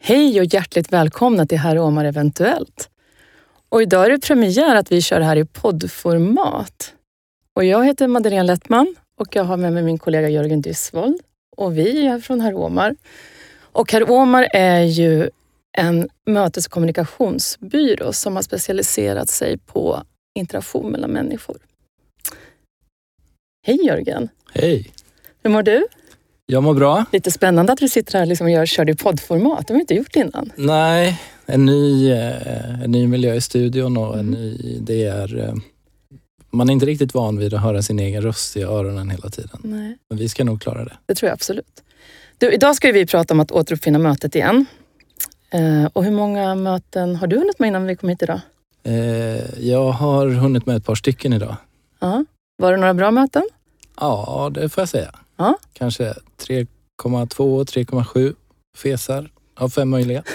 Hej och hjärtligt välkomna till Herr Omar Eventuellt. Och idag är det premiär att vi kör här i poddformat. Och jag heter Madeleine Lettman och jag har med mig min kollega Jörgen Dysvold. Och vi är från Herr Omar. Och Herr Omar är ju en mötes- och kommunikationsbyrå som har specialiserat sig på interaktion mellan människor. Hej Jörgen. Hej. Hur mår du? Jag mår bra. Lite spännande att vi sitter här och kör i poddformat. Det har vi inte gjort innan. Nej, en ny miljö i studion och man är inte riktigt van vid att höra sin egen röst i öronen hela tiden. Nej. Men vi ska nog klara det. Det tror jag absolut. Idag ska vi prata om att återuppfinna mötet igen. Och hur många möten har du hunnit med innan vi kom hit idag? Jag har hunnit med ett par stycken idag. Ja. Var det några bra möten? Ja, det får jag säga. Ja. Kanske 3,2, 3,7 fesar av 5 möjliga.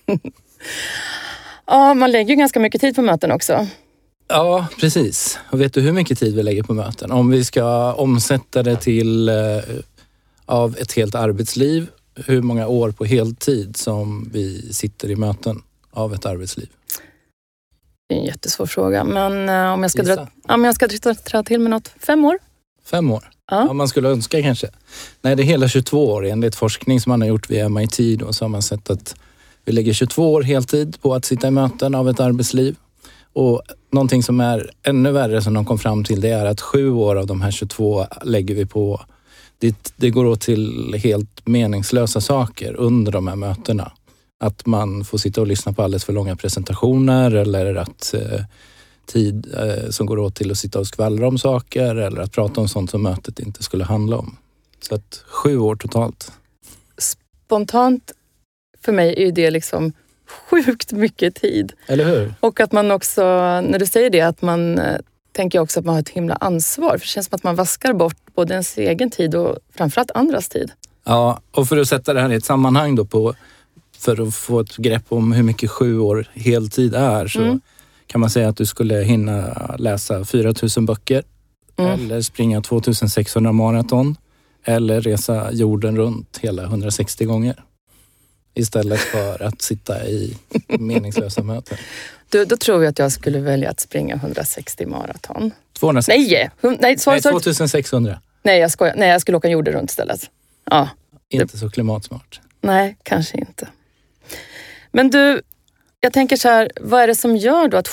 Ja, man lägger ju ganska mycket tid på möten också. Ja, precis. Och vet du hur mycket tid vi lägger på möten? Om vi ska omsätta det till av ett helt arbetsliv, hur många år på heltid som vi sitter i möten av ett arbetsliv? Det är en jättesvår fråga, men om jag ska dra till med något, 5 år? 5 år? Ja, man skulle önska kanske. Nej, det är hela 22 år. Enligt forskning som man har gjort vid MIT då, så har man sett att vi lägger 22 år heltid på att sitta i möten av ett arbetsliv. Och någonting som är ännu värre som de kom fram till, det är att 7 år av de här 22 lägger vi på. Det går åt till helt meningslösa saker under de här mötena. Att man får sitta och lyssna på alldeles för långa presentationer eller att tid som går åt till att sitta och skvallra om saker eller att prata om sånt som mötet inte skulle handla om. Så att 7 år totalt. Spontant för mig är ju det liksom sjukt mycket tid. Eller hur? Och att man också, när du säger det, att man tänker också att man har ett himla ansvar. För det känns som att man vaskar bort både ens egen tid och framförallt andras tid. Ja, och för att sätta det här i ett sammanhang då för att få ett grepp om hur mycket 7 år heltid är så kan man säga att du skulle hinna läsa 4 000 böcker eller springa 2600 maraton eller resa jorden runt hela 160 gånger istället för att sitta i meningslösa möten. Då tror jag att jag skulle välja att springa 160 maraton. 260? Nej, 2600. Nej, jag skojar. Nej, jag skulle åka jorden runt istället. Ja. Inte så klimatsmart. Nej, kanske inte. Men du, jag tänker så här, vad är det som gör då att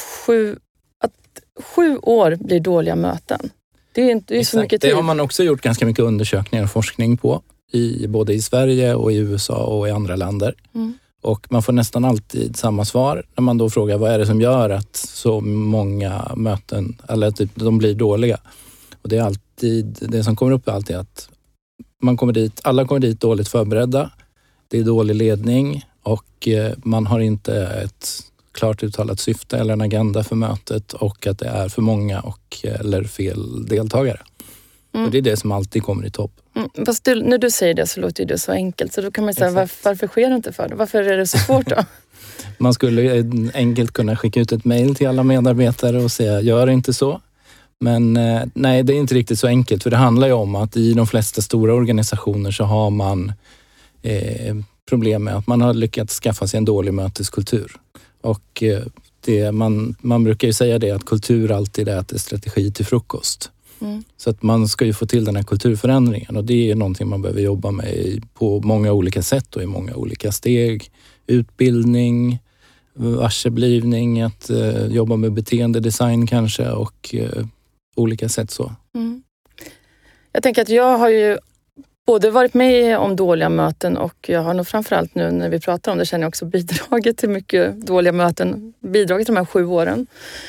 7 år blir dåliga möten? Det är inte så mycket tid. Det har man också gjort ganska mycket undersökningar och forskning på. Både i Sverige och i USA och i andra länder. Och man får nästan alltid samma svar när man då frågar vad är det som gör att så många möten, eller typ, de blir dåliga. Och det är alltid, det som kommer upp är alltid att alla kommer dit dåligt förberedda. Det är dålig ledning och man har inte ett klart uttalat syfte eller en agenda för mötet och att det är för många eller fel deltagare. Och det är det som alltid kommer i topp. Fast när du säger det så låter det så enkelt. Så då kan man säga, varför sker det inte för det? Varför är det så svårt då? Man skulle enkelt kunna skicka ut ett mejl till alla medarbetare och säga, gör inte så. Men nej, det är inte riktigt så enkelt. För det handlar ju om att i de flesta stora organisationer så har man problem med att man har lyckats skaffa sig en dålig möteskultur. Och man brukar ju säga det att kultur alltid äter strategi till frukost. Så att man ska ju få till den här kulturförändringen och det är någonting man behöver jobba med på många olika sätt och i många olika steg. Utbildning, varseblivning, att jobba med beteendedesign kanske och olika sätt så. Jag tänker att jag har ju både varit med om dåliga möten och jag har nog framförallt nu när vi pratar om det känner jag också bidragit till mycket dåliga möten, bidragit till de här 7 åren.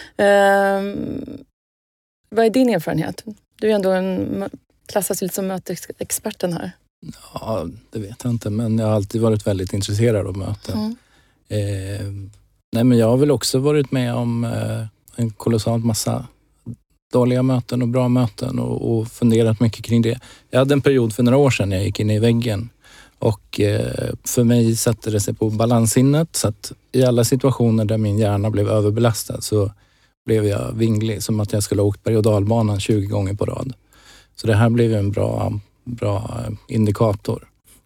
Vad är din erfarenhet? Du är ändå klassas lite som mötesexperten här. Ja, det vet jag inte, men jag har alltid varit väldigt intresserad av möten. Nej, men jag har väl också varit med om en kolossalt massa dåliga möten och bra möten och funderat mycket kring det. Jag hade en period för några år sedan jag gick in i väggen och för mig satte det sig på balanssinnet så att i alla situationer där min hjärna blev överbelastad så blev jag vinglig som att jag skulle ha åkt berg- och dalbanan 20 gånger på rad. Så det här blev en bra indikator.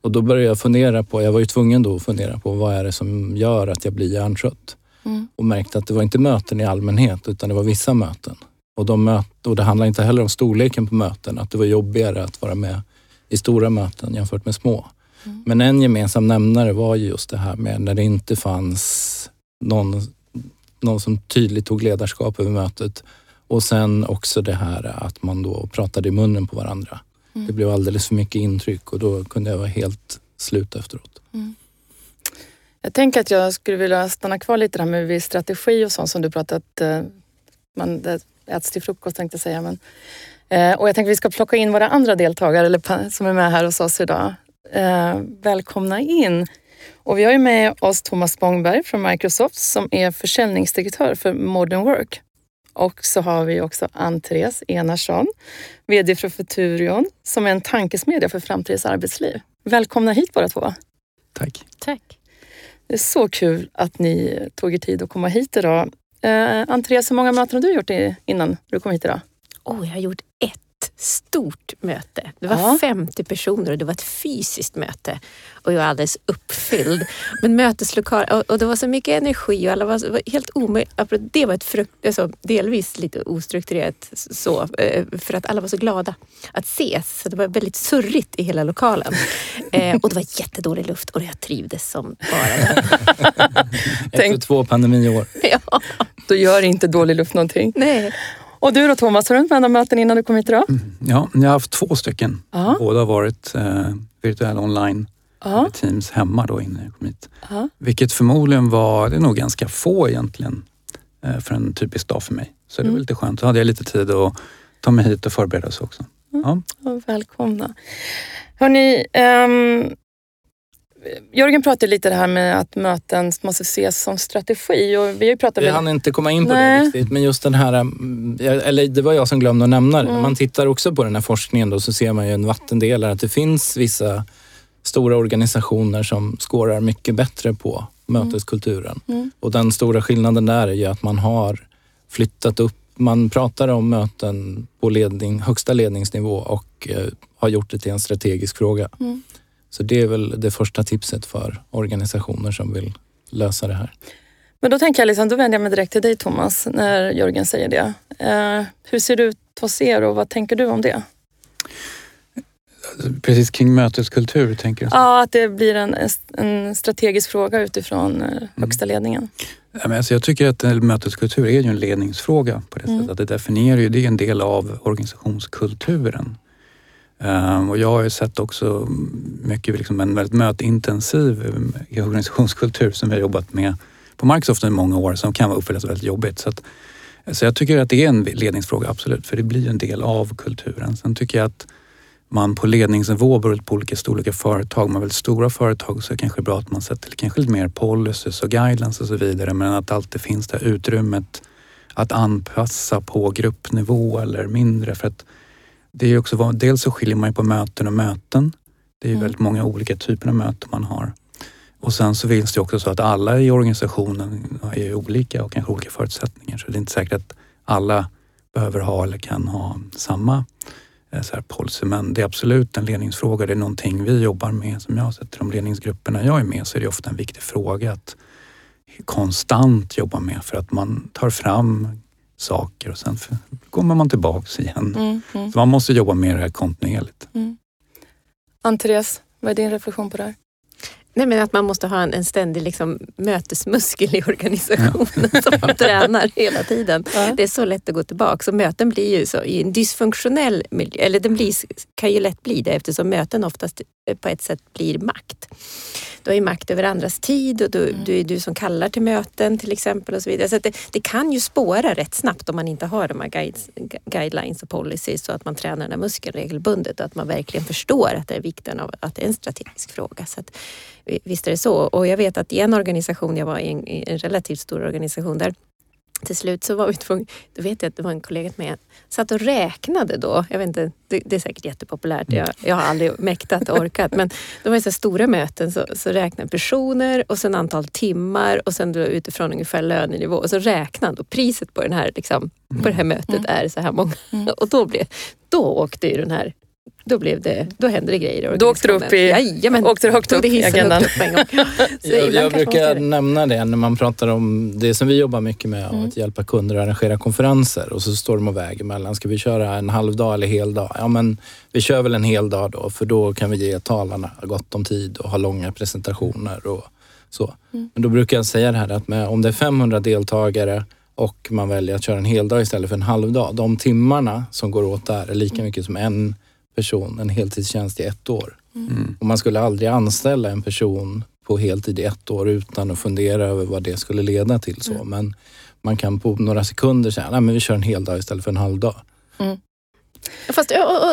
Och då började jag fundera på, jag var ju tvungen då att fundera på vad är det som gör att jag blir hjärntrött. Och märkte att det var inte möten i allmänhet utan det var vissa möten. Och det handlar inte heller om storleken på möten, att det var jobbigare att vara med i stora möten jämfört med små. Men en gemensam nämnare var ju just det här med när det inte fanns någon som tydligt tog ledarskap över mötet. Och sen också det här att man då pratade i munnen på varandra. Det blev alldeles för mycket intryck och då kunde jag vara helt slut efteråt. Jag tänker att jag skulle vilja stanna kvar lite där med strategi och sånt som du pratat. Det äts till frukost tänkte jag säga. Och jag tänker att vi ska plocka in våra andra deltagare som är med här hos oss idag. Välkomna in. Och vi har ju med oss Thomas Spångberg från Microsoft som är försäljningsdirektör för Modern Work. Och så har vi också Ann-Therese Enarsson, vd för Futurion, som är en tankesmedja för framtidens arbetsliv. Välkomna hit båda två. Tack. Tack. Det är så kul att ni tog er tid att komma hit idag. Ann-Therese, hur många möten har du gjort innan du kom hit idag? Jag har gjort ett stort möte. Det var 50 personer och det var ett fysiskt möte. Och jag var alldeles uppfylld. Men möteslokal, och det var så mycket energi och alla var helt omöjligt. Det var delvis lite ostrukturerat så, för att alla var så glada att ses. Så det var väldigt surrigt i hela lokalen. Och det var jättedålig luft och jag trivdes som bara det. Efter 2 pandemiår. Ja. Då gör inte dålig luft någonting. Nej. Och du då Thomas, har du inte med möten innan du kom hit idag? Ja, jag har haft 2 stycken. Båda har varit virtuella online. Teams hemma då innan jag kom hit. Vilket förmodligen det är nog ganska få egentligen för en typisk dag för mig. Så det var lite skönt. Så hade jag lite tid att ta mig hit och förbereda sig också. Välkomna. Hörrni, Jörgen pratade lite det här med att möten måste ses som strategi. Och vi hann inte komma in på det riktigt, men just den här, eller det var jag som glömde att nämna det. När man tittar också på den här forskningen då, så ser man ju en vattendelare att det finns vissa stora organisationer som skårar mycket bättre på möteskulturen. Och den stora skillnaden där är ju att man har flyttat upp, man pratar om möten på högsta ledningsnivå och har gjort det till en strategisk fråga. Så det är väl det första tipset för organisationer som vill lösa det här. Men då tänker jag då vänder jag mig direkt till dig Thomas när Jörgen säger det. Hur ser det ut hos er och vad tänker du om det? Precis kring möteskultur tänker jag. Ja, att det blir en strategisk fråga utifrån högsta ledningen. Ja, men jag tycker att möteskultur är ju en ledningsfråga på det sättet att det definierar ju, det är en del av organisationskulturen. Och jag har ju sett också mycket en väldigt mötintensiv organisationskultur som vi har jobbat med på Microsoft i många år som kan upplevas väldigt jobbigt. Så jag tycker att det är en ledningsfråga, absolut, för det blir en del av kulturen. Sen tycker jag att man på ledningsnivå beror på olika storleka företag. Man väldigt stora företag så är det kanske bra att man sätter kanske lite mer policies och guidelines och så vidare, men att alltid finns det utrymmet att anpassa på gruppnivå eller mindre, för att det är också, dels så skiljer man ju på möten och möten. Det är ju väldigt många olika typer av möten man har. Och sen så finns det också så att alla i organisationen är olika och kanske olika förutsättningar. Så det är inte säkert att alla behöver ha eller kan ha samma policy. Men det är absolut en ledningsfråga. Det är någonting vi jobbar med, som jag har sett i de ledningsgrupperna jag är med, så är det ofta en viktig fråga att konstant jobba med, för att man tar fram saker och sen kommer man tillbaks igen. Så man måste jobba med det här kontinuerligt. Ann-Therese, vad är din reflektion på det här? Nej, men att man måste ha en ständig mötesmuskel i organisationen som man tränar hela tiden. Det är så lätt att gå tillbaka. Så möten blir ju så i en dysfunktionell miljö, eller kan ju lätt bli det, eftersom möten oftast på ett sätt blir makt. Du har ju makt över andras tid och du är du som kallar till möten till exempel och så vidare. Så att det kan ju spåra rätt snabbt om man inte har de här guidelines och policies, så att man tränar den här muskeln regelbundet och att man verkligen förstår att det är vikten av att det är en strategisk fråga. Så att, visst är det så. Och jag vet att i en organisation, jag var i en relativt stor organisation där, till slut så var vi tvungna, då vet jag att det var en kollega med mig, satt och räknade då, jag vet inte, det är säkert jättepopulärt, jag har aldrig mäktat och orkat, men det var så stora möten, så räknade personer och sen antal timmar och sen då utifrån ungefär lönenivå, och så räknade och priset på den här på det här mötet är så här många, och då åkte ju den här då hände det grejer. Då åkte du upp åkte högt upp i agendan. Jag brukar nämna det när man pratar om det som vi jobbar mycket med, att hjälpa kunder att arrangera konferenser, och så står de och väger mellan, ska vi köra en halv dag eller hel dag? Ja, men vi kör väl en hel dag då, för då kan vi ge talarna gott om tid och ha långa presentationer och så. Men då brukar jag säga det här att om det är 500 deltagare och man väljer att köra en hel dag istället för en halv dag, de timmarna som går åt där är lika mycket som en person, en heltidstjänst i 1 år. Och man skulle aldrig anställa en person på heltid i 1 år utan att fundera över vad det skulle leda till. Så. Men man kan på några sekunder säga, nej men vi kör en hel dag istället för en halv dag. Fast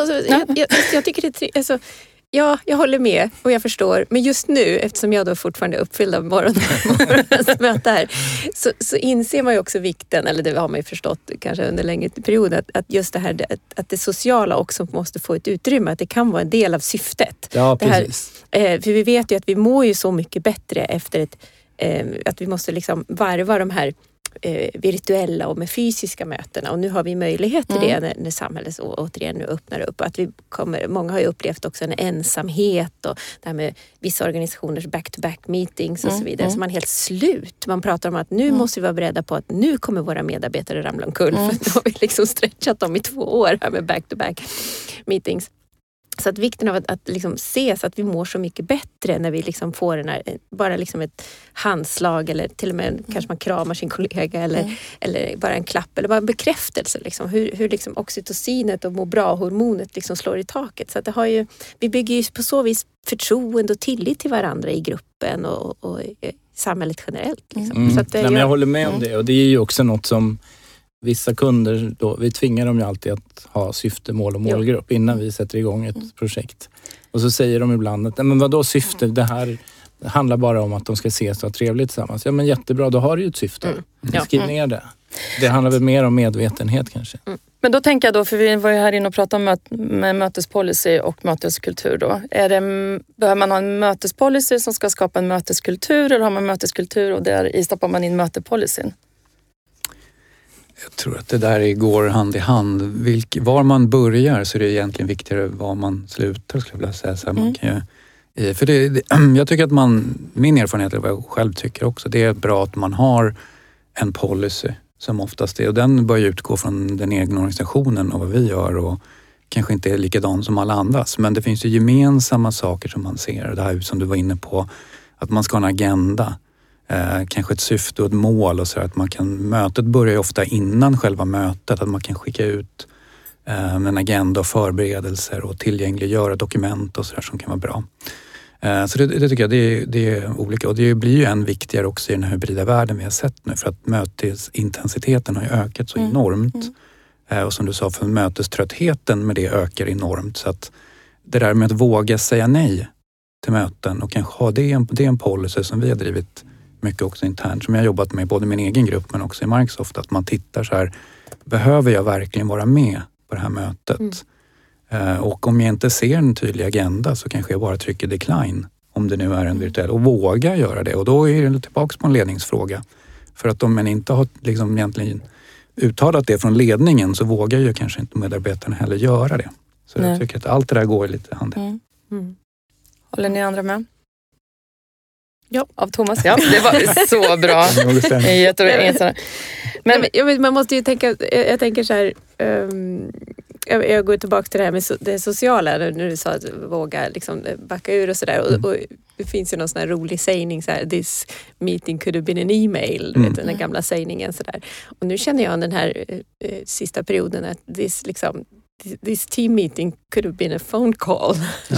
jag tycker det är alltså, ja, jag håller med och jag förstår. Men just nu, eftersom jag då fortfarande är uppfylld av morgonens möte här, så inser man ju också vikten, eller det har man ju förstått kanske under längre period, att just det här att det sociala också måste få ett utrymme, att det kan vara en del av syftet. Ja, precis. För vi vet ju att vi mår ju så mycket bättre efter att vi måste liksom varva de här virtuella och med fysiska mötena, och nu har vi möjlighet till det när samhället återigen nu öppnar upp. Att många har ju upplevt också en ensamhet och det här med vissa organisationers back-to-back meetings och så vidare. Så man är helt slut. Man pratar om att nu måste vi vara beredda på att nu kommer våra medarbetare ramla omkull, för då har vi liksom stretchat dem i 2 år här med back-to-back meetings. Så att vikten av att liksom se så att vi mår så mycket bättre när vi liksom får den här, bara liksom ett handslag, eller till och med kanske man kramar sin kollega eller bara en klapp eller bara en bekräftelse. Liksom. Hur liksom oxytocinet och må bra-hormonet liksom slår i taket. Så att vi bygger ju på så vis förtroende och tillit till varandra i gruppen och i samhället generellt. Liksom. Så att men jag håller med om det, och det är ju också något som vissa kunder, då, vi tvingar dem ju alltid att ha syfte, mål och målgrupp innan vi sätter igång ett projekt. Och så säger de ibland att, men vadå syfte? Det här handlar bara om att de ska ses och ha trevligt tillsammans. Ja, men jättebra, då har du ju ett syfte. Skriv ner det. Det handlar väl mer om medvetenhet kanske. Men då tänker jag då, för vi var ju här inne och pratade med mötespolicy och möteskultur då. Behöver man ha en mötespolicy som ska skapa en möteskultur, eller har man möteskultur och där i stoppar man in mötepolicyn? Jag tror att det där går hand i hand. Var man börjar så är det egentligen viktigare var man slutar, skulle jag vilja säga. Så man kan ju, för jag tycker att min erfarenhet, eller vad jag själv tycker också, det är bra att man har en policy som oftast är, och den bör utgå från den egna organisationen och vad vi gör, och kanske inte är likadan som alla andras. Men det finns ju gemensamma saker som man ser. Det här som du var inne på, att man ska ha en agenda. Kanske ett syfte och ett mål och så att mötet börjar ju ofta innan själva mötet, att man kan skicka ut en agenda och förberedelser och tillgängliggöra dokument och sådär som kan vara bra. Så det tycker jag det är olika, och det blir ju än viktigare också i den här hybrida världen vi har sett nu, för att mötesintensiteten har ju ökat så enormt. Och som du sa, för möteströttheten med det ökar enormt, så att det där med att våga säga nej till möten och kanske ha det är en policy som vi har drivit mycket också internt, som jag har jobbat med både i min egen grupp men också i Microsoft, att man tittar så här, behöver jag verkligen vara med på det här mötet? Och om jag inte ser en tydlig agenda så kanske jag bara trycker decline, om det nu är en virtuell, och våga göra det. Och då är det tillbaka på en ledningsfråga. För att om man inte har liksom egentligen uttalat det från ledningen, så vågar ju kanske inte medarbetarna heller göra det. Så jag tycker att allt det där går lite hand i. Håller ni andra med? Ja, av Thomas. Ja, det var så bra. Men man måste ju tänka, jag tänker så här, jag går tillbaka till det här med det sociala, när du sa att våga liksom backa ur och sådär. Och det finns ju någon sån här rolig sägning så här, this meeting could have been an email, den här gamla sägningen sådär. Och nu känner jag den här sista perioden att this team meeting could have been a phone call.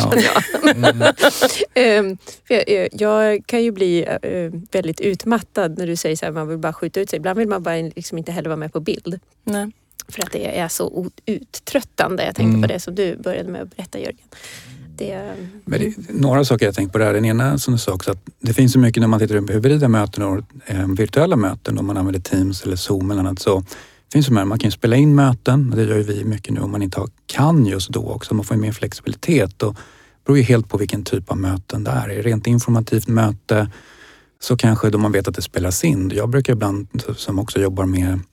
Jag kan ju bli väldigt utmattad när du säger så här, man vill bara skjuta ut sig. Ibland vill man bara liksom inte heller vara med på bild. Nej. För att det är så uttröttande. Jag tänkte på det som du började med att berätta, Jörgen. Några saker jag tänkt på där. Den ena som du sa också, att det finns så mycket när man tittar på hybrida möten och virtuella möten, om man använder Teams eller Zoom eller annat, så finns det man kan spela in möten, det gör ju vi mycket nu, om man inte kan just då också. Man får mer flexibilitet, och det beror ju helt på vilken typ av möten det är. Är det rent informativt möte så kanske då man vet att det spelas in. Jag brukar ibland, som också jobbar med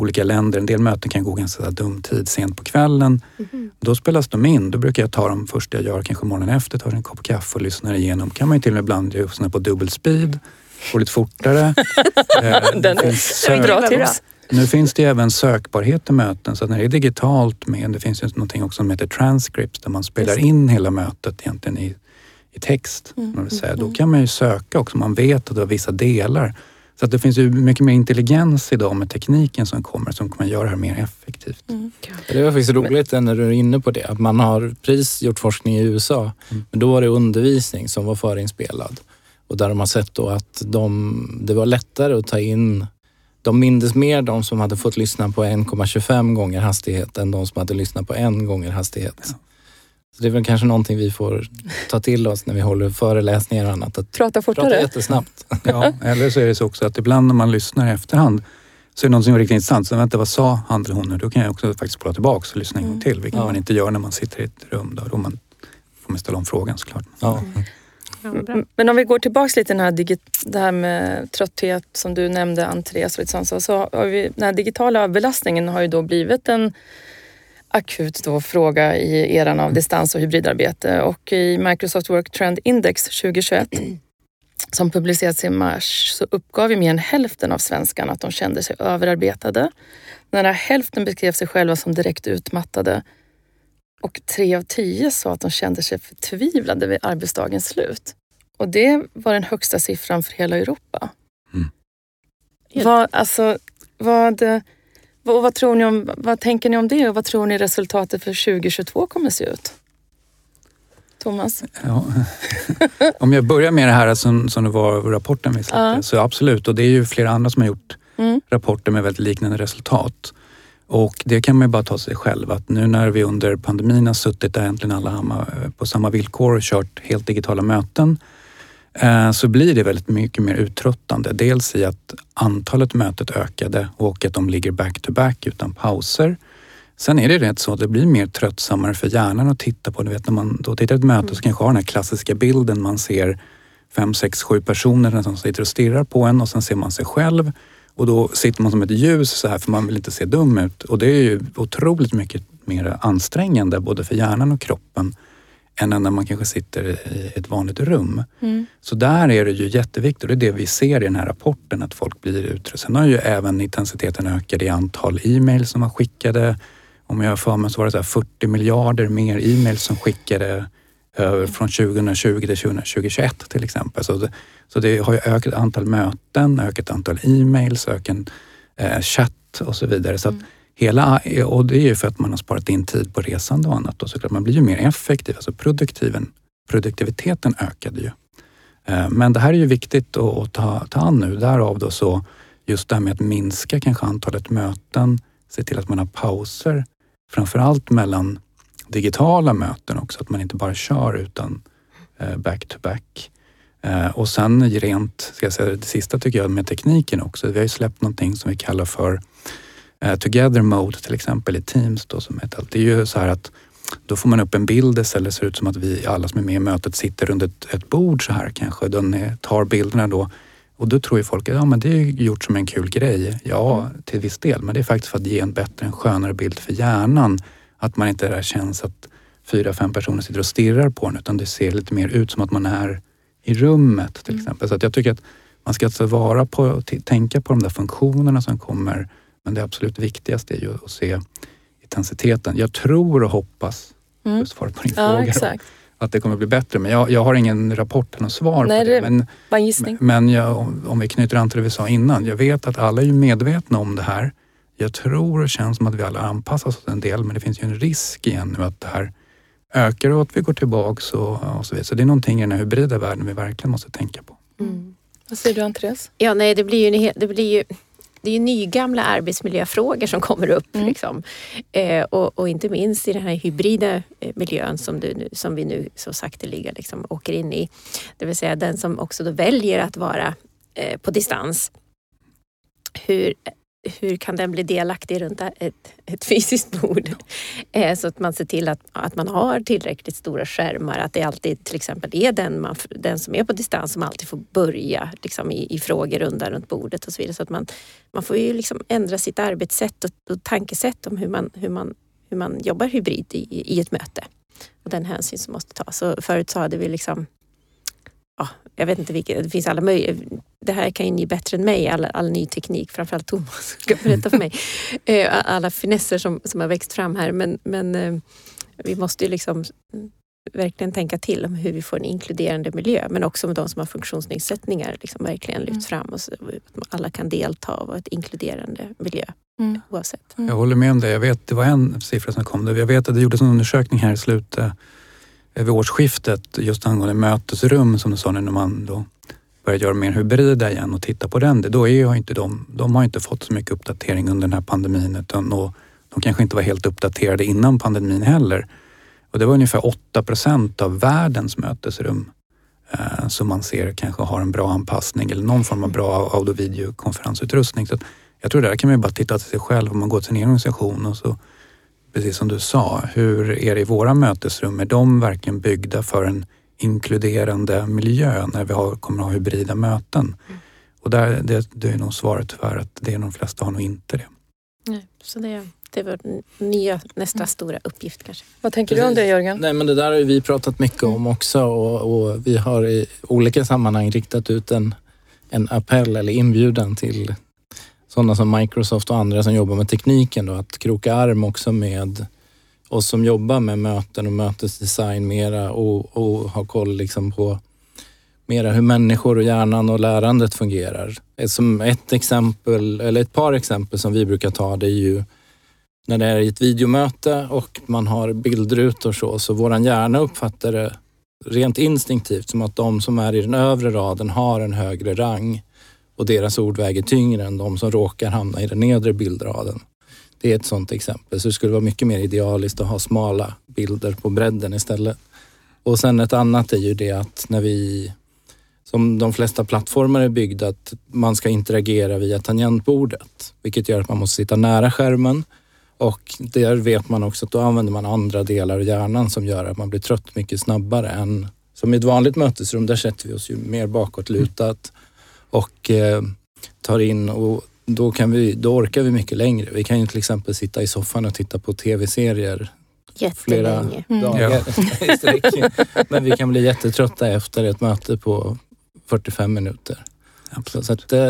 olika länder. En del möten kan gå ganska dum tid, sent på kvällen. Då spelas de in. Då brukar jag ta dem först jag gör, kanske morgonen efter, tar en kopp kaffe och lyssnar igenom. Kan man ju till och med ibland lyssna på dubbelspeed, gå lite fortare. Den är bra tips. Nu finns det även sökbarhet i möten, så att när det är digitalt det finns ju någonting också som heter transcripts där man spelar in hela mötet egentligen i text. Då kan man ju söka också, man vet att det har vissa delar. Så att det finns ju mycket mer intelligens idag med tekniken som kommer göra det här mer effektivt. Det var faktiskt roligt när du är inne på det, att man har gjort forskning i USA, men då var det undervisning som var förinspelad. Och där de har sett då att det var lättare att ta in. De mindes mer de som hade fått lyssna på 1,25 gånger hastighet än de som hade lyssnat på 1 gånger hastighet. Ja. Så det är väl kanske någonting vi får ta till oss när vi håller föreläsningar och annat. Att prata fortare. Prata jättesnabbt. Ja, eller så är det så också att ibland när man lyssnar i efterhand så är det något som är riktigt intressant. Så vänta, vad sa han eller hon nu? Då kan jag också faktiskt spola tillbaka och lyssna en gång till. Vilket man inte gör när man sitter i ett rum. Då får man ställa om frågan såklart. Ja. Men om vi går tillbaka lite till det här med trötthet som du nämnde, Andreas, så har vi, den här digitala belastningen har ju då blivit en akut fråga i eran av distans- och hybridarbete. Och i Microsoft Work Trend Index 2021 som publicerats i mars så uppgav ju mer än hälften av svenskarna att de kände sig överarbetade. Nära hälften beskrev sig själva som direkt utmattade. Och 3 av 10 sa att de kände sig förtvivlade vid arbetsdagens slut. Och det var den högsta siffran för hela Europa. Vad tror ni om, vad tänker ni om det och vad tror ni resultatet för 2022 kommer att se ut? Thomas? Ja. Om jag börjar med det här som det var rapporten vi satte, så absolut. Och det är ju flera andra som har gjort rapporter med väldigt liknande resultat. Och det kan man ju bara ta sig själv, att nu när vi under pandemin har suttit där egentligen alla på samma villkor och kört helt digitala möten, så blir det väldigt mycket mer uttröttande. Dels i att antalet mötet ökade och att de ligger back-to-back utan pauser. Sen är det rätt så att det blir mer tröttsammare för hjärnan att titta på. Du vet, när man då tittar på ett möte så kanske har den här klassiska bilden, man ser 5, 6, 7 personer som sitter och stirrar på en och sen ser man sig själv. Och då sitter man som ett ljus så här för man vill inte se dum ut. Och det är ju otroligt mycket mer ansträngande både för hjärnan och kroppen än när man kanske sitter i ett vanligt rum. Så där är det ju jätteviktigt och det är det vi ser i den här rapporten att folk blir uttröttade. Sen har ju även intensiteten ökat i antal e-mail som man skickade. Om jag för mig så var det så här 40 miljarder mer e-mail som skickade från 2020 till 2021 till exempel. Så det har ju ökat antal möten, ökat antal e-mails, ökat chatt och så vidare. Så att och det är ju för att man har sparat in tid på resande och annat. Och så klart man blir ju mer effektiv, alltså produktiviteten ökade ju. Men det här är ju viktigt att ta an nu. Därav då så just det här med att minska kanske antalet möten, se till att man har pauser, framförallt mellan digitala möten också, att man inte bara kör utan back-to-back. Och sen rent, ska jag säga det sista tycker jag med tekniken också. Vi har ju släppt någonting som vi kallar för Together Mode till exempel i Teams då som heter. Det är ju så här att då får man upp en bild eller ser ut som att vi alla som är med i mötet sitter runt ett bord så här kanske. Den tar bilderna då och då tror ju folk att men det är gjort som en kul grej. Ja, till viss del. Men det är faktiskt för att ge en bättre, en skönare bild för hjärnan. Att man inte där känns att 4-5 personer sitter och stirrar på en utan det ser lite mer ut som att man är i rummet till exempel. Så att jag tycker att man ska tänka på de där funktionerna som kommer. Men det absolut viktigaste är ju att se intensiteten. Jag tror och hoppas, just för på din fråga, att det kommer bli bättre. Men jag har ingen rapport eller svar på det. Men, bara gissning. Men om vi knyter an till det vi sa innan. Jag vet att alla är medvetna om det här. Jag tror och känns som att vi alla anpassar oss en del. Men det finns ju en risk igen nu att det här ökar och att vi går tillbaka och så vidare. Så det är någonting i den här hybrida världen vi verkligen måste tänka på. Vad säger du, Andreas? Ja, nej, det är ju nygamla arbetsmiljöfrågor som kommer upp. Liksom. Och inte minst i den här hybrida miljön som vi nu så sakteliga liksom åker in i. Det vill säga den som också då väljer att vara på distans. hur kan den bli delaktig runt ett fysiskt bord? Så att man ser till att man har tillräckligt stora skärmar. Att det alltid till exempel är den som är på distans som alltid får börja liksom, i frågerundan runt bordet och så vidare. Så att man får ju liksom ändra sitt arbetssätt och tankesätt om hur man jobbar hybrid i ett möte. Och den hänsyn som måste tas. Så förut så hade vi liksom, jag vet inte vilket, det finns alla möjliga, det här kan ju ni bättre än mig, all ny teknik, framförallt Thomas ska berätta för mig. Alla finesser som har växt fram här, men vi måste ju liksom verkligen tänka till om hur vi får en inkluderande miljö, men också med de som har funktionsnedsättningar liksom verkligen lyfts fram och så att alla kan delta och ett inkluderande miljö oavsett. Jag håller med om det. Jag vet, det var en siffra som kom. Jag vet att det gjordes en undersökning här i slutet vid årsskiftet just angående mötesrum som du sa nu när man då börjar göra mer hybrida igen och titta på den. Då är ju inte de har inte fått så mycket uppdatering under den här pandemin utan och de kanske inte var helt uppdaterade innan pandemin heller. Och det var ungefär 8% av världens mötesrum som man ser kanske har en bra anpassning eller någon form av bra audio-videokonferensutrustning. Så jag tror där kan man ju bara titta till sig själv om man går till sin egen organisation och så precis som du sa, hur är det i våra mötesrum? Är de verkligen byggda för en inkluderande miljö när vi kommer att ha hybrida möten? Och det är nog svaret tyvärr att de flesta har nog inte det. Nej, så det är vår nästa stora uppgift kanske. Vad tänker du om det, Jörgen? Nej, men det där har vi pratat mycket om också och vi har i olika sammanhang riktat ut en appell eller inbjudan till sådana som Microsoft och andra som jobbar med tekniken då, att kroka arm också med oss som jobbar med möten och mötesdesign mera och ha koll liksom på mera hur människor och hjärnan och lärandet fungerar. Som ett exempel, eller ett par exempel som vi brukar ta, det är ju när det är ett videomöte och man har bildrutor så våran hjärna uppfattar det rent instinktivt som att de som är i den övre raden har en högre rang och deras ord väger tyngre än de som råkar hamna i den nedre bildraden. Det är ett sådant exempel. Så det skulle vara mycket mer idealiskt att ha smala bilder på bredden istället. Och sen ett annat är ju det att när vi, som de flesta plattformar är byggda, att man ska interagera via tangentbordet. Vilket gör att man måste sitta nära skärmen. Och där vet man också att då använder man andra delar av hjärnan som gör att man blir trött mycket snabbare än som i ett vanligt mötesrum. Där sätter vi oss ju mer bakåtlutat och tar in och då orkar vi mycket längre. Vi kan ju till exempel sitta i soffan och titta på tv-serier flera dagar i sträck. Men vi kan bli jättetrötta efter ett möte på 45 minuter. Absolut. Så att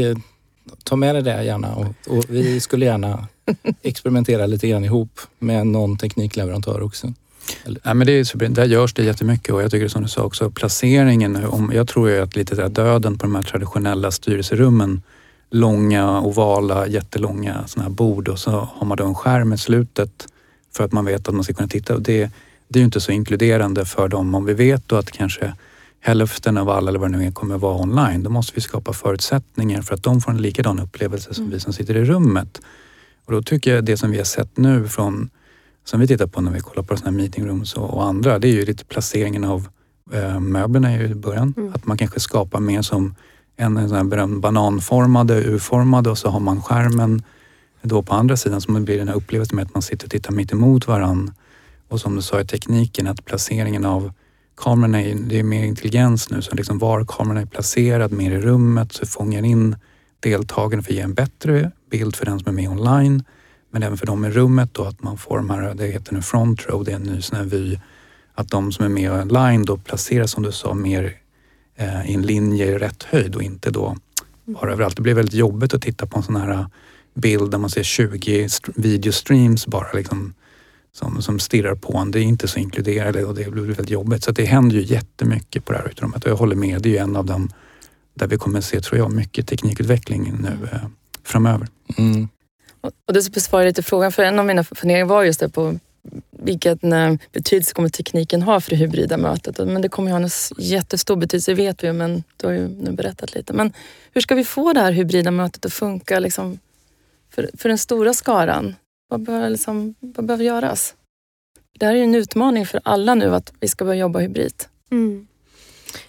ta med det där gärna och vi skulle gärna experimentera lite grann ihop med någon teknikleverantör också. Ja, men det är super, där görs det jättemycket och jag tycker som du sa också placeringen. Jag tror ju att lite där döden på de här traditionella styrelserummen, långa, ovala, jättelånga såna här bord och så har man då en skärm i slutet för att man vet att man ska kunna titta. Och det är ju inte så inkluderande för dem. Om vi vet då att kanske hälften av alla eller vad det nu är kommer vara online, då måste vi skapa förutsättningar för att de får en likadan upplevelse som vi som sitter i rummet. Och då tycker jag det som vi har sett nu som vi tittar på när vi kollar på sådana här meetingrooms och andra, det är ju lite placeringen av möblerna i början. Att man kanske skapar mer som en sån här berömd bananformade, U-formade och så har man skärmen då på andra sidan som blir den här upplevelsen med att man sitter och tittar mitt emot varann. Och som du sa i tekniken, att placeringen av kamerorna det är mer intelligens nu, så liksom var kameran är placerad mer i rummet så fångar in deltagarna för att ge en bättre bild för den som är med online. Men även för dem i rummet då, att man får de här, det heter nu front row, det är en ny sån här vy, att de som är med online då placeras som du sa mer i en linje i rätt höjd och inte då bara överallt. Det blir väldigt jobbigt att titta på en sån här bild där man ser 20 videostreams bara liksom som stirrar på en. Det är inte så inkluderande och det blir väldigt jobbigt. Så det händer ju jättemycket på det här utrymmet och jag håller med, det är ju en av dem där vi kommer se, tror jag, mycket teknikutveckling nu framöver. Mm. Och det besvarar lite frågan, för en av mina funderingar var just det på vilken betydelse kommer tekniken ha för det hybrida mötet. Men det kommer ju ha en jättestor betydelse, vet vi, men du har ju nu berättat lite. Men hur ska vi få det här hybrida mötet att funka liksom, för den stora skaran? Vad behöver göras? Det här är ju en utmaning för alla nu att vi ska börja jobba hybrid.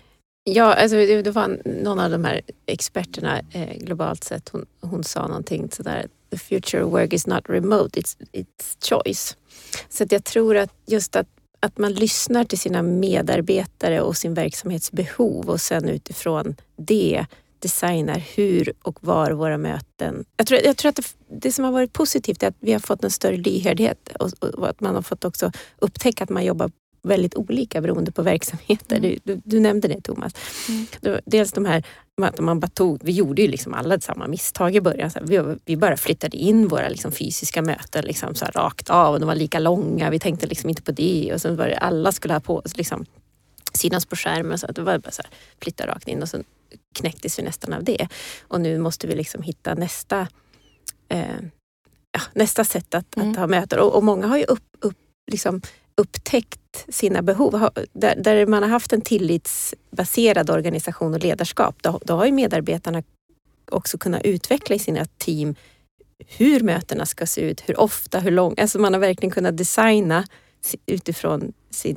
Ja, alltså det var någon av de här experterna globalt sett, hon sa någonting sådär, the future of work is not remote, it's choice. Så att jag tror att just att man lyssnar till sina medarbetare och sin verksamhetsbehov och sen utifrån det designar hur och var våra möten. Jag tror att det som har varit positivt är att vi har fått en större lyhördhet och att man har fått också upptäcka att man jobbar väldigt olika beroende på verksamheter. Du nämnde det, Thomas. Dels de här att man bara vi gjorde ju liksom alla samma misstag i början. Så vi bara flyttade in våra liksom fysiska möten liksom så här rakt av och de var lika långa. Vi tänkte liksom inte på det och sen var det alla skulle ha på liksom synas på skärmen så att det var bara så här flytta rakt in och sen knäcktes vi nästan av det. Och nu måste vi liksom hitta nästa sätt att ha möten. Och många har ju upptäckt sina behov. Där man har haft en tillitsbaserad organisation och ledarskap, då har ju medarbetarna också kunnat utveckla i sina team hur mötena ska se ut, hur ofta, hur långt. Alltså man har verkligen kunnat designa utifrån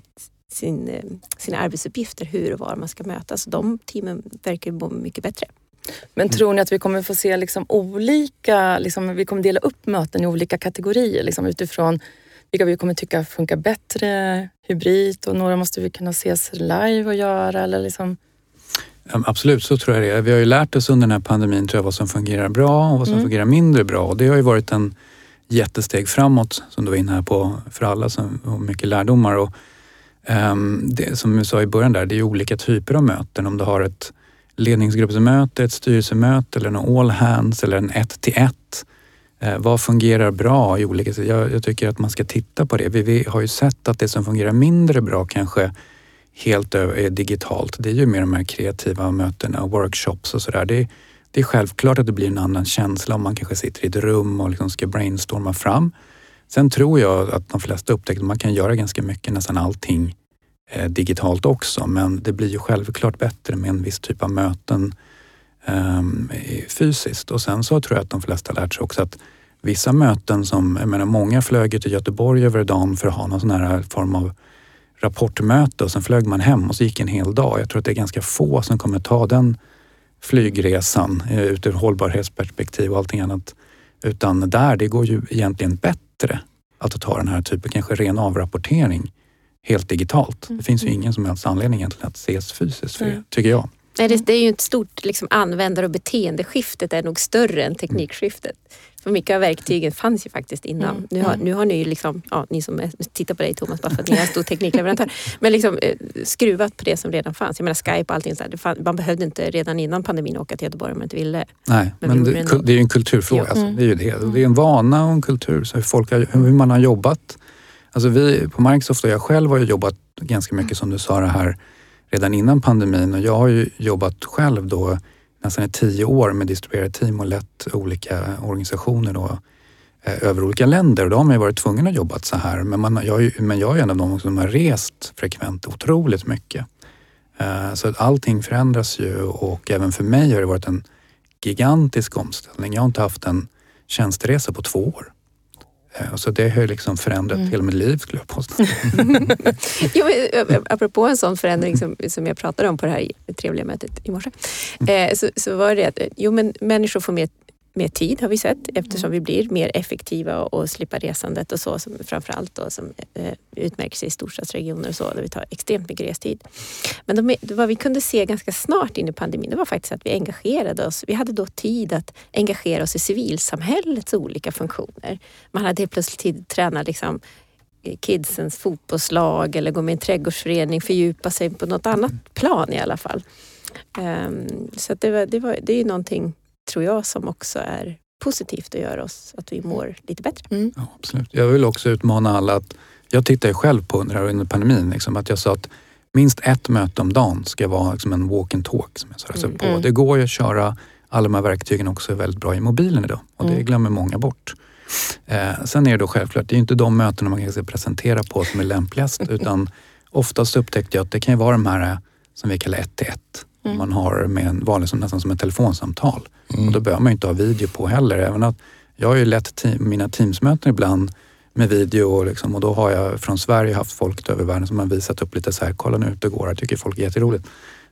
sina arbetsuppgifter hur och var man ska mötas. Så de teamen verkar må mycket bättre. Men tror ni att vi kommer få se liksom olika, liksom, vi kommer dela upp möten i olika kategorier liksom, utifrån vilka vi kommer tycka funkar bättre, hybrid och några måste vi kunna ses live och göra eller liksom? Absolut, så tror jag det är. Vi har ju lärt oss under den här pandemin tror jag vad som fungerar bra och vad som fungerar mindre bra. Och det har ju varit en jättesteg framåt som du var inne här på för alla och mycket lärdomar. Och det, som vi sa i början där, det är ju olika typer av möten. Om du har ett ledningsgruppsmöte, ett styrelsemöte eller en all hands eller en 1-1. Vad fungerar bra i olika sätt? Jag tycker att man ska titta på det. Vi har ju sett att det som fungerar mindre bra kanske helt är digitalt. Det är ju mer de här kreativa mötena och workshops och sådär. Det är självklart att det blir en annan känsla om man kanske sitter i ett rum och liksom ska brainstorma fram. Sen tror jag att de flesta upptäcker att man kan göra ganska mycket, nästan allting digitalt också. Men det blir ju självklart bättre med en viss typ av möten fysiskt. Och sen så tror jag att de flesta lärt sig också att vissa möten som, jag menar många flög till Göteborg över dagen för att ha någon sån här form av rapportmöte och sen flög man hem och så gick en hel dag. Jag tror att det är ganska få som kommer ta den flygresan ur hållbarhetsperspektiv och allting annat. Utan det går ju egentligen bättre att ta den här typen, kanske ren avrapportering helt digitalt. Det finns ju ingen som helst anledning egentligen att ses fysiskt för det, tycker jag. Nej, det är ju ett stort liksom, användar- och beteendeskiftet är nog större än teknikskiftet. För mycket av verktygen fanns ju faktiskt innan. Nu har ni ju liksom, ni som tittar på dig Thomas, bara för att ni är en stor teknikleverantör, men liksom skruvat på det som redan fanns. Jag menar Skype och allting sådär. Man behövde inte redan innan pandemin åka till Göteborg om man inte ville. Nej, men det är ju en kulturfråga. Ja. Alltså, det är ju det. Det är en vana och en kultur. Så hur man har jobbat. Alltså vi på Microsoft och jag själv har ju jobbat ganska mycket som du sa det här redan innan pandemin och jag har ju jobbat själv då nästan i 10 år med distribuerade team och lett olika organisationer då, över olika länder och då har man ju varit tvungen att jobba så här. Men jag är en av dem som har rest frekvent otroligt mycket. Så att allting förändras ju och även för mig har det varit en gigantisk omställning. Jag har inte haft en tjänsteresa på 2 år. Så det har ju liksom förändrat hela mitt liv skulle jag påstå. Jo, apropå en sån förändring som jag pratade om på det här trevliga mötet i morse. Så var det att människor får mer tid har vi sett eftersom vi blir mer effektiva och slipper resandet och så som framförallt då som utmärker sig i storstadsregioner och så där vi tar extremt mycket restid. Men vad vi kunde se ganska snart in i pandemin det var faktiskt att vi engagerade oss. Vi hade då tid att engagera oss i civilsamhällets olika funktioner. Man hade helt plötsligt tid att träna liksom kidsens fotbollslag eller gå med i en trädgårdsförening, fördjupa sig på något annat plan i alla fall. Så att det är ju någonting tror jag som också är positivt och gör oss att vi mår lite bättre. Ja, absolut. Jag vill också utmana alla att jag tittar ju själv på under pandemin liksom, att jag sa att minst ett möte om dagen ska vara liksom en walk and talk som jag sa på. Det går ju att köra alla de här verktygen också väldigt bra i mobilen idag och det glömmer många bort. Sen är det då självklart, det är ju inte de mötena man kan presentera på som är lämpligast utan oftast upptäckte jag att det kan ju vara de här som vi kallar 1-1. Man har med en vanlig nästan som ett telefonsamtal. Och då behöver man inte ha video på heller. Även att jag har ju lett mina teamsmöten ibland med video liksom, och då har jag från Sverige haft folk över världen som har visat upp lite så här, kolla nu ut det går, jag tycker folk är jätteroligt.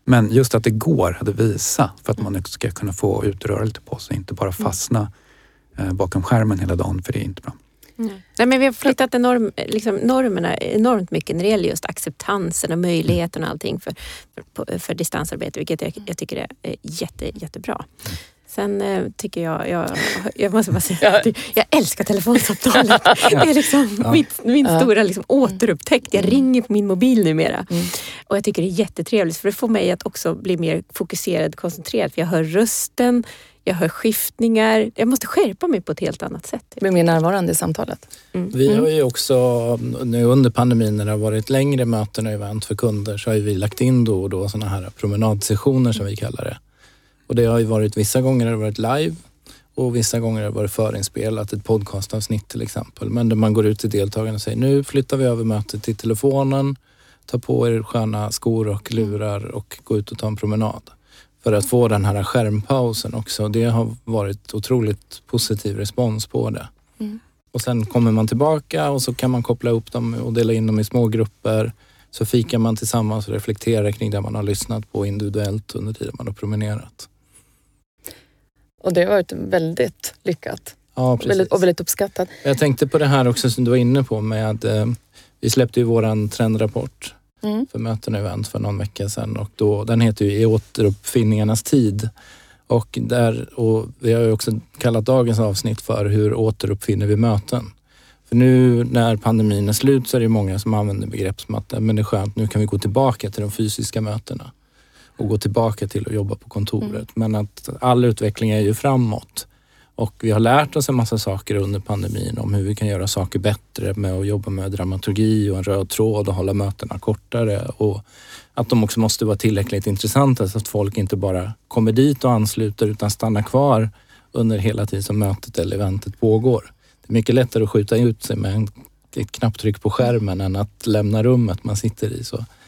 Men just att det går att visa för att man ska kunna få utröra lite på sig, inte bara fastna bakom skärmen hela dagen, för det är inte bra. Nej, men vi har flyttat normerna enormt mycket när det gäller just acceptansen och möjligheten och allting för distansarbete, vilket jag tycker är jättebra. Sen tycker jag måste bara säga att jag älskar telefonsamtalet. Det är liksom min stora återupptäckt. Jag ringer på min mobil numera. Och jag tycker det är jättetrevligt, för det får mig att också bli mer fokuserad, koncentrerad. För jag hör rösten, jag hör skiftningar. Jag måste skärpa mig på ett helt annat sätt. Bli mer närvarande i samtalet. Vi har ju också, nu under pandemin när det har varit längre möten och event för kunder, så har vi lagt in då och då sådana här promenadsessioner som vi kallar det. Och det har ju varit, vissa gånger har det varit live och vissa gånger har det varit förinspelat, ett podcastavsnitt till exempel. Men där man går ut till deltagarna och säger, nu flyttar vi över mötet till telefonen, ta på er sköna skor och lurar och gå ut och ta en promenad. För att få den här skärmpausen också. Det har varit otroligt positiv respons på det. Och sen kommer man tillbaka och så kan man koppla upp dem och dela in dem i små grupper. Så fikar man tillsammans och reflekterar kring det man har lyssnat på individuellt under tiden man har promenerat. Och det har varit väldigt lyckat. Ja, precis. Och väldigt uppskattat. Jag tänkte på det här också som du var inne på med att vi släppte ju våran trendrapport för möten och event för någon vecka sedan. Och då, den heter ju I återuppfinningarnas tid. Och vi har ju också kallat dagens avsnitt för hur återuppfinner vi möten. För nu när pandemin är slut så är det många som använder begrepp som att men det är skönt, nu kan vi gå tillbaka till de fysiska mötena. Och gå tillbaka till att jobba på kontoret. Men att all utveckling är ju framåt. Och vi har lärt oss en massa saker under pandemin om hur vi kan göra saker bättre med att jobba med dramaturgi och en röd tråd och hålla mötena kortare. Och att de också måste vara tillräckligt intressanta så att folk inte bara kommer dit och ansluter utan stannar kvar under hela tiden som mötet eller eventet pågår. Det är mycket lättare att skjuta ut sig med ett knapptryck på skärmen än att lämna rummet man sitter i.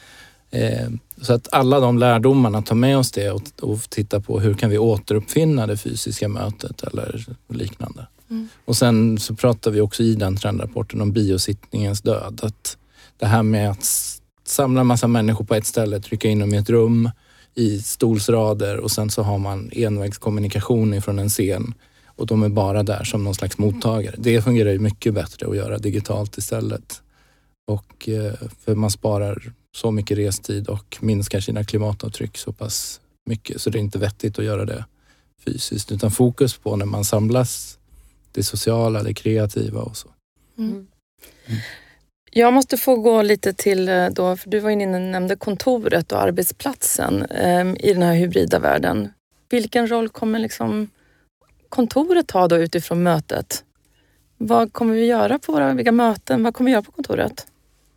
Så att alla de lärdomarna, tar med oss det och titta på hur kan vi återuppfinna det fysiska mötet eller liknande. Och sen så pratar vi också i den trendrapporten om biosittningens död. Att det här med att samla en massa människor på ett ställe, trycka in dem i ett rum i stolsrader och sen så har man envägskommunikation ifrån en scen och de är bara där som någon slags mottagare. Det fungerar ju mycket bättre att göra digitalt istället. Och för man sparar så mycket restid och minskar sina klimatavtryck så pass mycket. Så det är inte vettigt att göra det fysiskt. Utan fokus på när man samlas, det sociala, det kreativa och så. Jag måste få gå lite till då, för du var inne och nämnde kontoret och arbetsplatsen i den här hybrida världen. Vilken roll kommer kontoret ha då utifrån mötet? Vad kommer vi göra på vilka möten? Vad kommer vi göra på kontoret?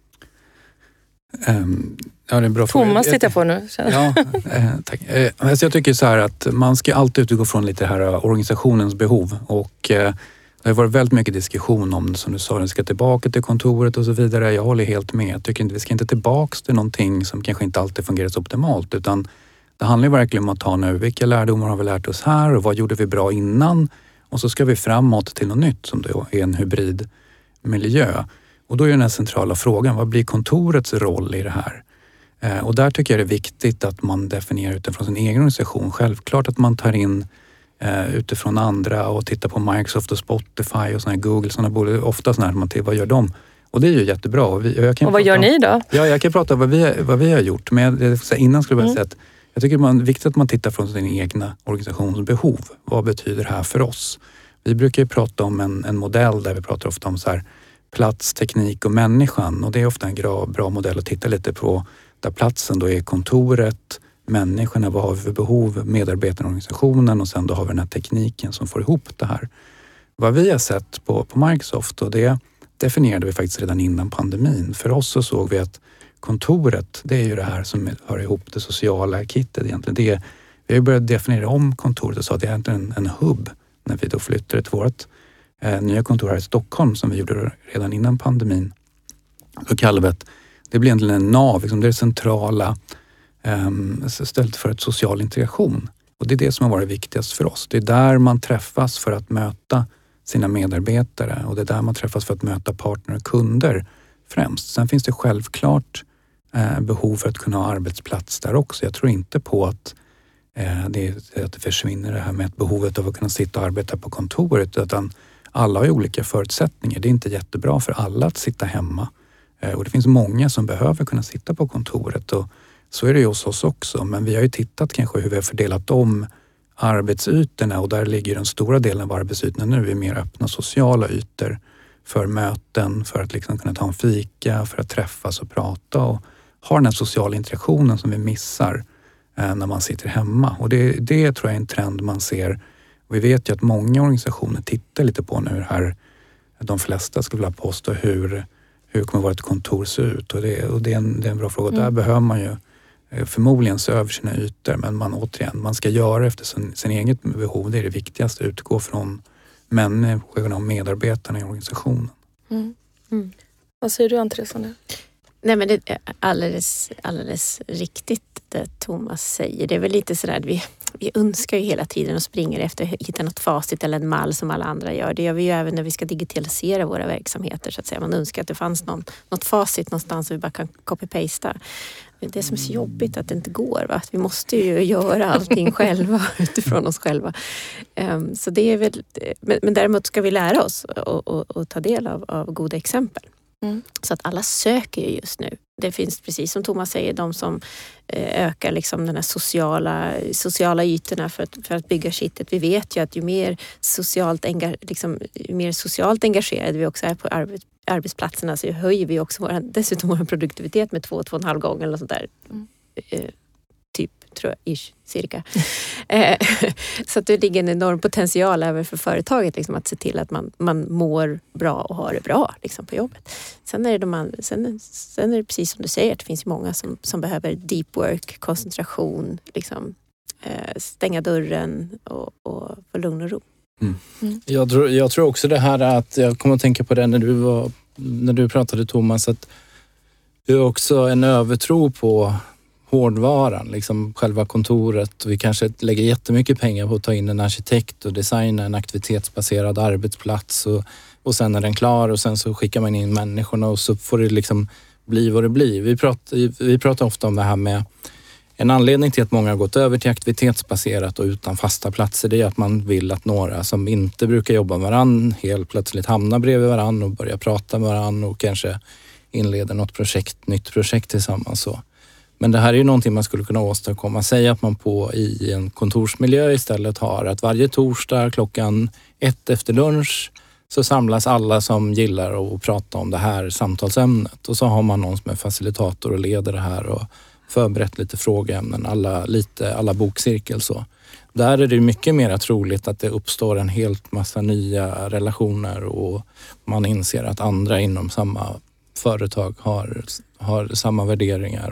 Ja, det är en bra Thomas tittar på nu. Ja, tack. Alltså jag tycker så här att man ska alltid utgå från lite här organisationens behov och det har varit väldigt mycket diskussion om, som du sa, vi ska tillbaka till kontoret och så vidare. Jag håller helt med. Jag tycker inte vi ska inte tillbaka till någonting som kanske inte alltid fungerar så optimalt, utan det handlar ju verkligen om att ta nu, vilka lärdomar har vi lärt oss här och vad gjorde vi bra innan, och så ska vi framåt till något nytt som då är en hybridmiljö. Och då är den här centrala frågan, vad blir kontorets roll i det här? Och där tycker jag det är viktigt att man definierar utifrån sin egen organisation. Självklart att man tar in utifrån andra och tittar på Microsoft och Spotify och såna här Google, sådana bolag, ofta sådana här, man tittar, vad gör de? Och det är ju jättebra. Och vad gör ni då? Ja, jag kan prata om vad vi har gjort. Men innan skulle jag säga att jag tycker det är viktigt att man tittar från sin egna organisationsbehov. Vad betyder det här för oss? Vi brukar ju prata om en modell där vi pratar ofta om så här plats, teknik och människan. Och det är ofta en bra modell att titta lite på, där platsen då är kontoret, människorna, vad har vi för behov, medarbetarna, organisationen, och sen då har vi den här tekniken som får ihop det här. Vad vi har sett på Microsoft, och det definierade vi faktiskt redan innan pandemin. För oss så såg vi att kontoret, det är ju det här som hör ihop det sociala kittet egentligen. Vi har börjat definiera om kontoret och sa att det är egentligen en hubb när vi då flyttade till vårt nya kontor här i Stockholm som vi gjorde redan innan pandemin. Då kallar vi det blir egentligen en nav, liksom det är centrala stället för ett social integration. Och det är det som har varit viktigast för oss. Det är där man träffas för att möta sina medarbetare och det är där man träffas för att möta partner och kunder främst. Sen finns det självklart behov för att kunna ha arbetsplats där också. Jag tror inte på att det försvinner det här med behovet av att kunna sitta och arbeta på kontoret, utan alla har olika förutsättningar. Det är inte jättebra för alla att sitta hemma. Och det finns många som behöver kunna sitta på kontoret, och så är det ju hos oss också. Men vi har ju tittat kanske hur vi har fördelat om arbetsytorna, och där ligger den stora delen av arbetsytorna nu i mer öppna sociala ytor för möten, för att liksom kunna ta en fika, för att träffas och prata och ha den här sociala interaktionen som vi missar när man sitter hemma. Och det tror jag är en trend man ser. Och vi vet ju att många organisationer tittar lite på nu här. De flesta skulle vilja påstå hur kommer vårt kontor se ut? Och det är en bra fråga. Där behöver man ju förmodligen se över sina ytor, men man ska göra efter sin eget behov. Det är det viktigaste. Utgå från människorna och medarbetarna i organisationen. Vad säger du, Andreas? Nej, men det är alldeles riktigt det Thomas säger. Det är väl lite sådär, vi önskar ju hela tiden och springer efter att hitta något facit eller en mall som alla andra gör. Det gör vi ju även när vi ska digitalisera våra verksamheter, så att säga. Man önskar att det fanns något facit någonstans och vi bara kan copy-pasta. Det som är så jobbigt att det inte går, va? Att vi måste ju göra allting själva utifrån oss själva. Så det är väl, men däremot ska vi lära oss och ta del av goda exempel. Så att alla söker ju just nu. Det finns, precis som Thomas säger, de som ökar liksom den här sociala ytorna för att bygga kittet. Vi vet ju att ju mer socialt engagerade vi också är på arbetsplatserna, så höjer vi också dessutom vår produktivitet med 2,5 gånger eller sånt där. Typ, tror jag, cirka. Så att det ligger en enorm potential även för företaget liksom, att se till att man mår bra och har det bra liksom, på jobbet. Sen är det precis som du säger, att det finns många som behöver deep work, koncentration, liksom, stänga dörren och få lugn och ro. Jag tror också det här att jag kommer att tänka på det när du pratade, Thomas, att det är också en övertro på hårdvaran, liksom själva kontoret. Vi kanske lägger jättemycket pengar på att ta in en arkitekt och designa en aktivitetsbaserad arbetsplats och sen är den klar och sen så skickar man in människorna och så får det liksom bli vad det blir. Vi pratar ofta om det här med en anledning till att många har gått över till aktivitetsbaserat och utan fasta platser, det är att man vill att några som inte brukar jobba med varann helt plötsligt hamnar bredvid varann och börjar prata med varann och kanske inleder något nytt projekt tillsammans. Så. Men det här är ju någonting man skulle kunna åstadkomma. Säg att man i en kontorsmiljö istället har att varje torsdag 1:00 efter lunch så samlas alla som gillar att prata om det här samtalsämnet. Och så har man någon som är facilitator och leder det här och förberett lite frågeämnen, alla bokcirkel så. Där är det mycket mer troligt att det uppstår en helt massa nya relationer och man inser att andra inom samma företag har samma värderingar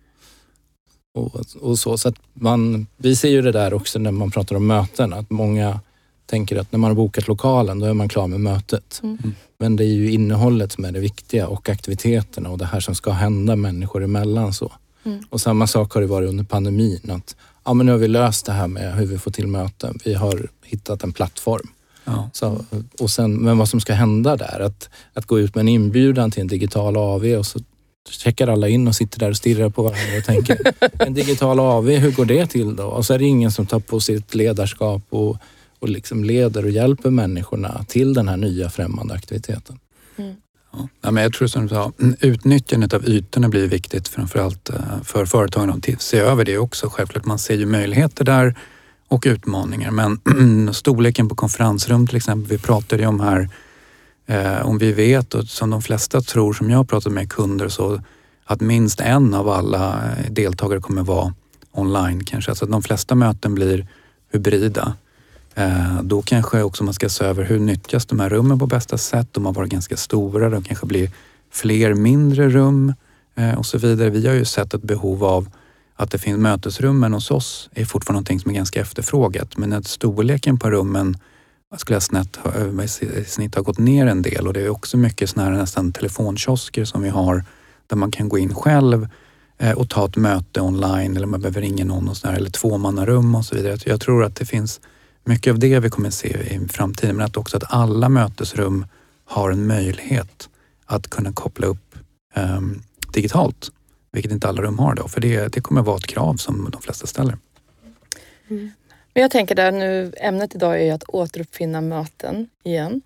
och så. Så att vi ser ju det där också när man pratar om möten, att många tänker att när man har bokat lokalen då är man klar med mötet. Men det är ju innehållet som är det viktiga och aktiviteterna och det här som ska hända människor emellan så. Och samma sak har det varit under pandemin, att men nu har vi löst det här med hur vi får till möten. Vi har hittat en plattform. Ja. Så, och sen, men vad som ska hända där, att gå ut med en inbjudan till en digital AV och så checkar alla in och sitter där och stirrar på varandra och tänker, en digital AV, hur går det till då? Och så är det ingen som tar på sitt ledarskap och liksom leder och hjälper människorna till den här nya främmande aktiviteten. Ja, men jag tror som du sa, utnyttjandet av ytorna blir viktigt framförallt för företagen att se över det också. Självklart, man ser ju möjligheter där och utmaningar, men storleken på konferensrum till exempel, vi pratade ju om här, om vi vet och som de flesta tror, som jag har pratat med kunder, så att minst en av alla deltagare kommer vara online kanske. Alltså att de flesta möten blir hybrida. Då kanske också man ska se över hur nyttjas de här rummen på bästa sätt. De har varit ganska stora, de kanske blir fler mindre rum och så vidare. Vi har ju sett ett behov av att det finns mötesrummen hos oss är fortfarande någonting som är ganska efterfrågat. Men att storleken på rummen skulle jag snitt ha gått ner en del, och det är också mycket såna här nästan telefonkiosker som vi har där man kan gå in själv och ta ett möte online, eller man behöver ringa någon och sådär, eller tvåmannarum och så vidare. Jag tror att det finns mycket av det vi kommer se i framtiden, men att också att alla mötesrum har en möjlighet att kunna koppla upp digitalt Vilket inte alla rum har då. För det kommer vara ett krav som de flesta ställer. Men jag tänker där nu, ämnet idag är ju att återuppfinna möten igen.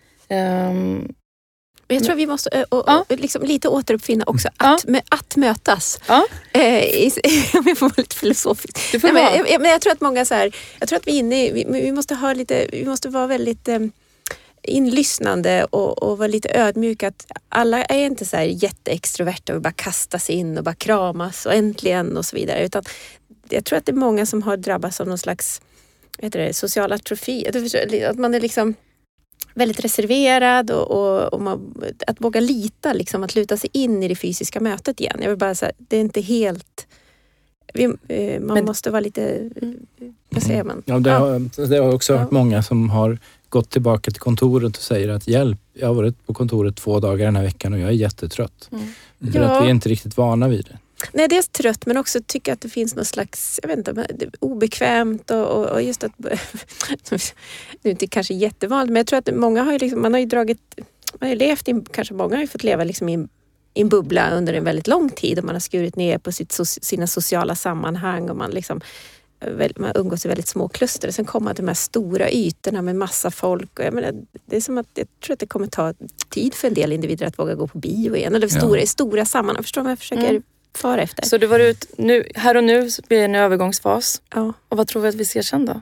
Jag tror vi måste liksom lite återuppfinna också att mötas. Ja. Om jag får vara lite filosofisk. Men jag tror att många så här, jag tror att vi måste vara väldigt inlyssnande och vara lite ödmjuka. Att alla är inte så här jätteextroverta och bara kastas in och bara kramas och äntligen och så vidare. Utan jag tror att det är många som har drabbats av någon slags social atrofi. Att man är liksom väldigt reserverad och att våga lita, liksom, att luta sig in i det fysiska mötet igen. Jag vill bara säga, det är inte helt... Man måste vara lite... Vad säger man? Ja, det har också hört många som har gått tillbaka till kontoret och säger att hjälp, jag har varit på kontoret 2 dagar den här veckan och jag är jättetrött. För att vi är inte riktigt vana vid det. Nej, det är trött, men också tycker att det finns något slags, jag vet inte, obekvämt och just att nu är det kanske jättevanligt, men jag tror att många har ju liksom, man har ju levt i, kanske många har ju fått leva liksom i en bubbla under en väldigt lång tid och man har skurit ner på sina sociala sammanhang och man umgås i väldigt små kluster. Sen kommer de här stora ytorna med massa folk och jag menar, det är som att jag tror att det kommer ta tid för en del individer att våga gå på bio igen eller stora sammanhang. Förstår vad jag försöker fara efter. Så du var ut nu, här och nu blir det en övergångsfas. Ja. Och vad tror vi att vi ser sen då?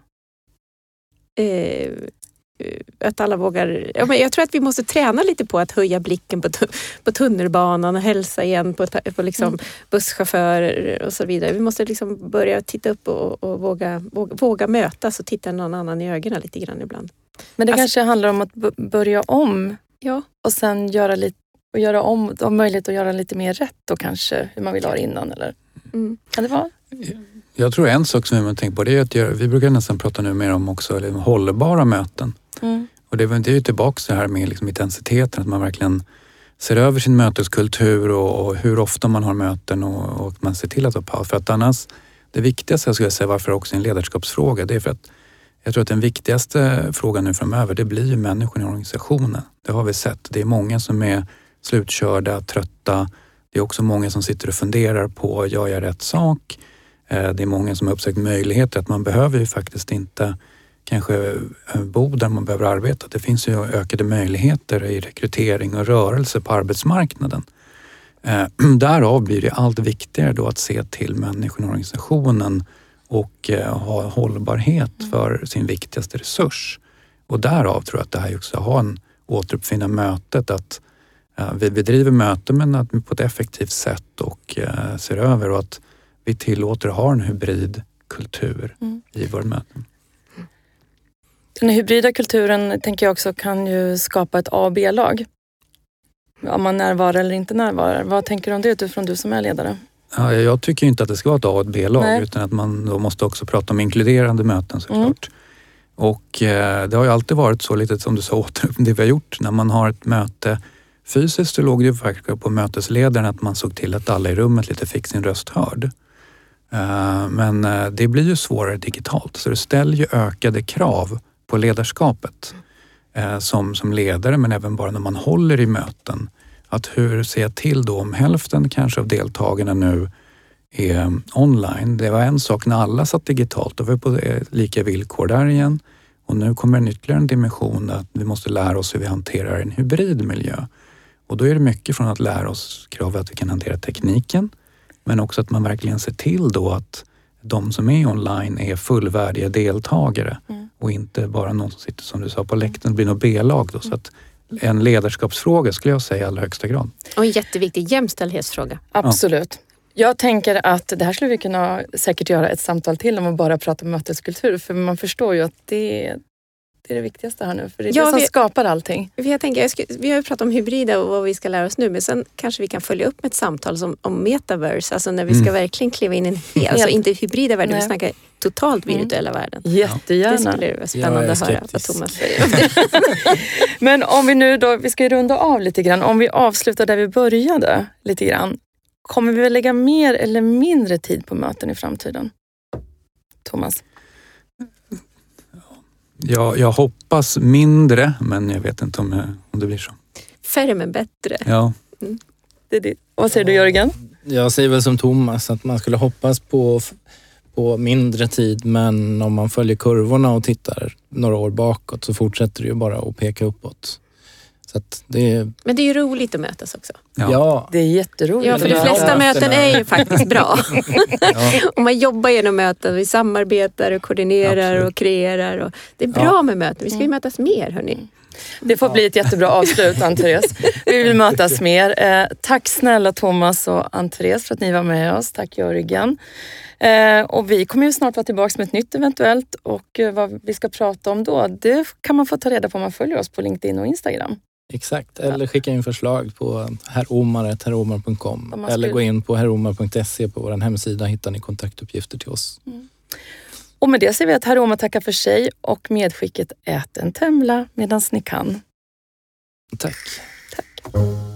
Att alla vågar... Ja, men jag tror att vi måste träna lite på att höja blicken på tunnelbanan och hälsa igen på liksom busschaufförer och så vidare. Vi måste liksom börja titta upp och våga mötas och titta någon annan i ögonen lite grann ibland. Men det kanske handlar om att börja om och sen göra om, ha möjlighet att göra lite mer rätt och kanske hur man vill ha det innan eller? Kan det vara? Jag tror en sak som vi tänker på det är att vi brukar nästan prata nu mer om också hållbara möten. Och det är ju tillbaka så här med liksom intensiteten, att man verkligen ser över sin möteskultur och hur ofta man har möten och man ser till att ha paus. För att annars, det viktigaste jag skulle säga varför också en ledarskapsfråga, det är för att jag tror att den viktigaste frågan nu framöver, det blir ju människor i organisationen. Det har vi sett. Det är många som är slutkörda, trötta. Det är också många som sitter och funderar på, gör jag rätt sak? Det är många som har uppsökt möjligheter att man behöver ju faktiskt inte kanske bo där man behöver arbeta. Det finns ju ökade möjligheter i rekrytering och rörelse på arbetsmarknaden. Därav blir det allt viktigare då att se till människan i organisationen och ha hållbarhet för sin viktigaste resurs. Och därav tror jag att det här också har en återuppfinna mötet, att vi driver möten men att på ett effektivt sätt och ser över och att vi tillåter att ha en hybrid kultur i våra möten. Den hybrida kulturen tänker jag också kan ju skapa ett A- och B-lag. Om man närvarar eller inte närvarar. Vad tänker du om det utifrån du som är ledare? Ja, jag tycker inte att det ska vara ett A- och ett B-lag utan att man då måste också prata om inkluderande möten såklart. Och det har ju alltid varit så lite som du sa det vi har gjort. När man har ett möte fysiskt så låg det ju faktiskt på mötesledaren att man såg till att alla i rummet lite fick sin röst hörd. Men det blir ju svårare digitalt så det ställer ju ökade krav på ledarskapet som ledare men även bara när man håller i möten. Att hur ser jag till då om hälften kanske av deltagarna nu är online. Det var en sak när alla satt digitalt och var på lika villkor där igen. Och nu kommer en ytterligare en dimension att vi måste lära oss hur vi hanterar en hybridmiljö. Och då är det mycket från att lära oss krav att vi kan hantera tekniken men också att man verkligen ser till då att de som är online är fullvärdiga deltagare och inte bara någon som sitter som du sa på läktaren. Det blir något B-lag då. Så att en ledarskapsfråga skulle jag säga i allra högsta grad. Och en jätteviktig jämställdhetsfråga. Absolut. Jag tänker att det här skulle vi kunna säkert göra ett samtal till om att bara prata om möteskultur. För man förstår ju att det är det viktigaste här nu. För det är det som skapar allting. Vi har ju pratat om hybrida och vad vi ska lära oss nu. Men sen kanske vi kan följa upp med ett samtal om metaverse. Alltså när vi ska verkligen kliva in i alltså inte hybrida världen, vi snackar totalt virtuella världen. Jättegärna. Det skulle vara spännande att höra vad Thomas säger. Men om vi nu då, vi ska ju runda av lite grann. Om vi avslutar där vi började lite grann. Kommer vi lägga mer eller mindre tid på möten i framtiden? Thomas? Jag hoppas mindre, men jag vet inte om det blir så. Färre men bättre. Ja. Det är det. Vad säger du Jörgen? Jag säger väl som Thomas att man skulle hoppas på mindre tid, men om man följer kurvorna och tittar några år bakåt så fortsätter det ju bara att peka uppåt. Så att Men det är ju roligt att mötas också. Ja. Det är jätteroligt. Ja, för de flesta möten är ju faktiskt bra. Och man jobbar genom möten, vi samarbetar och koordinerar. Absolut. Och kreerar. Och det är bra med möten, vi ska ju mötas mer, hörni. Det får bli ett jättebra avslut, Ann-Therese. Vi vill mötas mer. Tack snälla Thomas och Ann-Therese för att ni var med oss. Tack Jörgen. Och vi kommer ju snart vara tillbaka med ett nytt eventuellt. Och vad vi ska prata om då, det kan man få ta reda på om man följer oss på LinkedIn och Instagram. Exakt, eller skicka in förslag på herromar.com eller gå in på herromar.se på vår hemsida, hittar ni kontaktuppgifter till oss. Och med det ser vi att Herr Omar tackar för sig och medskicket ät en temla medan ni kan. Tack. Tack.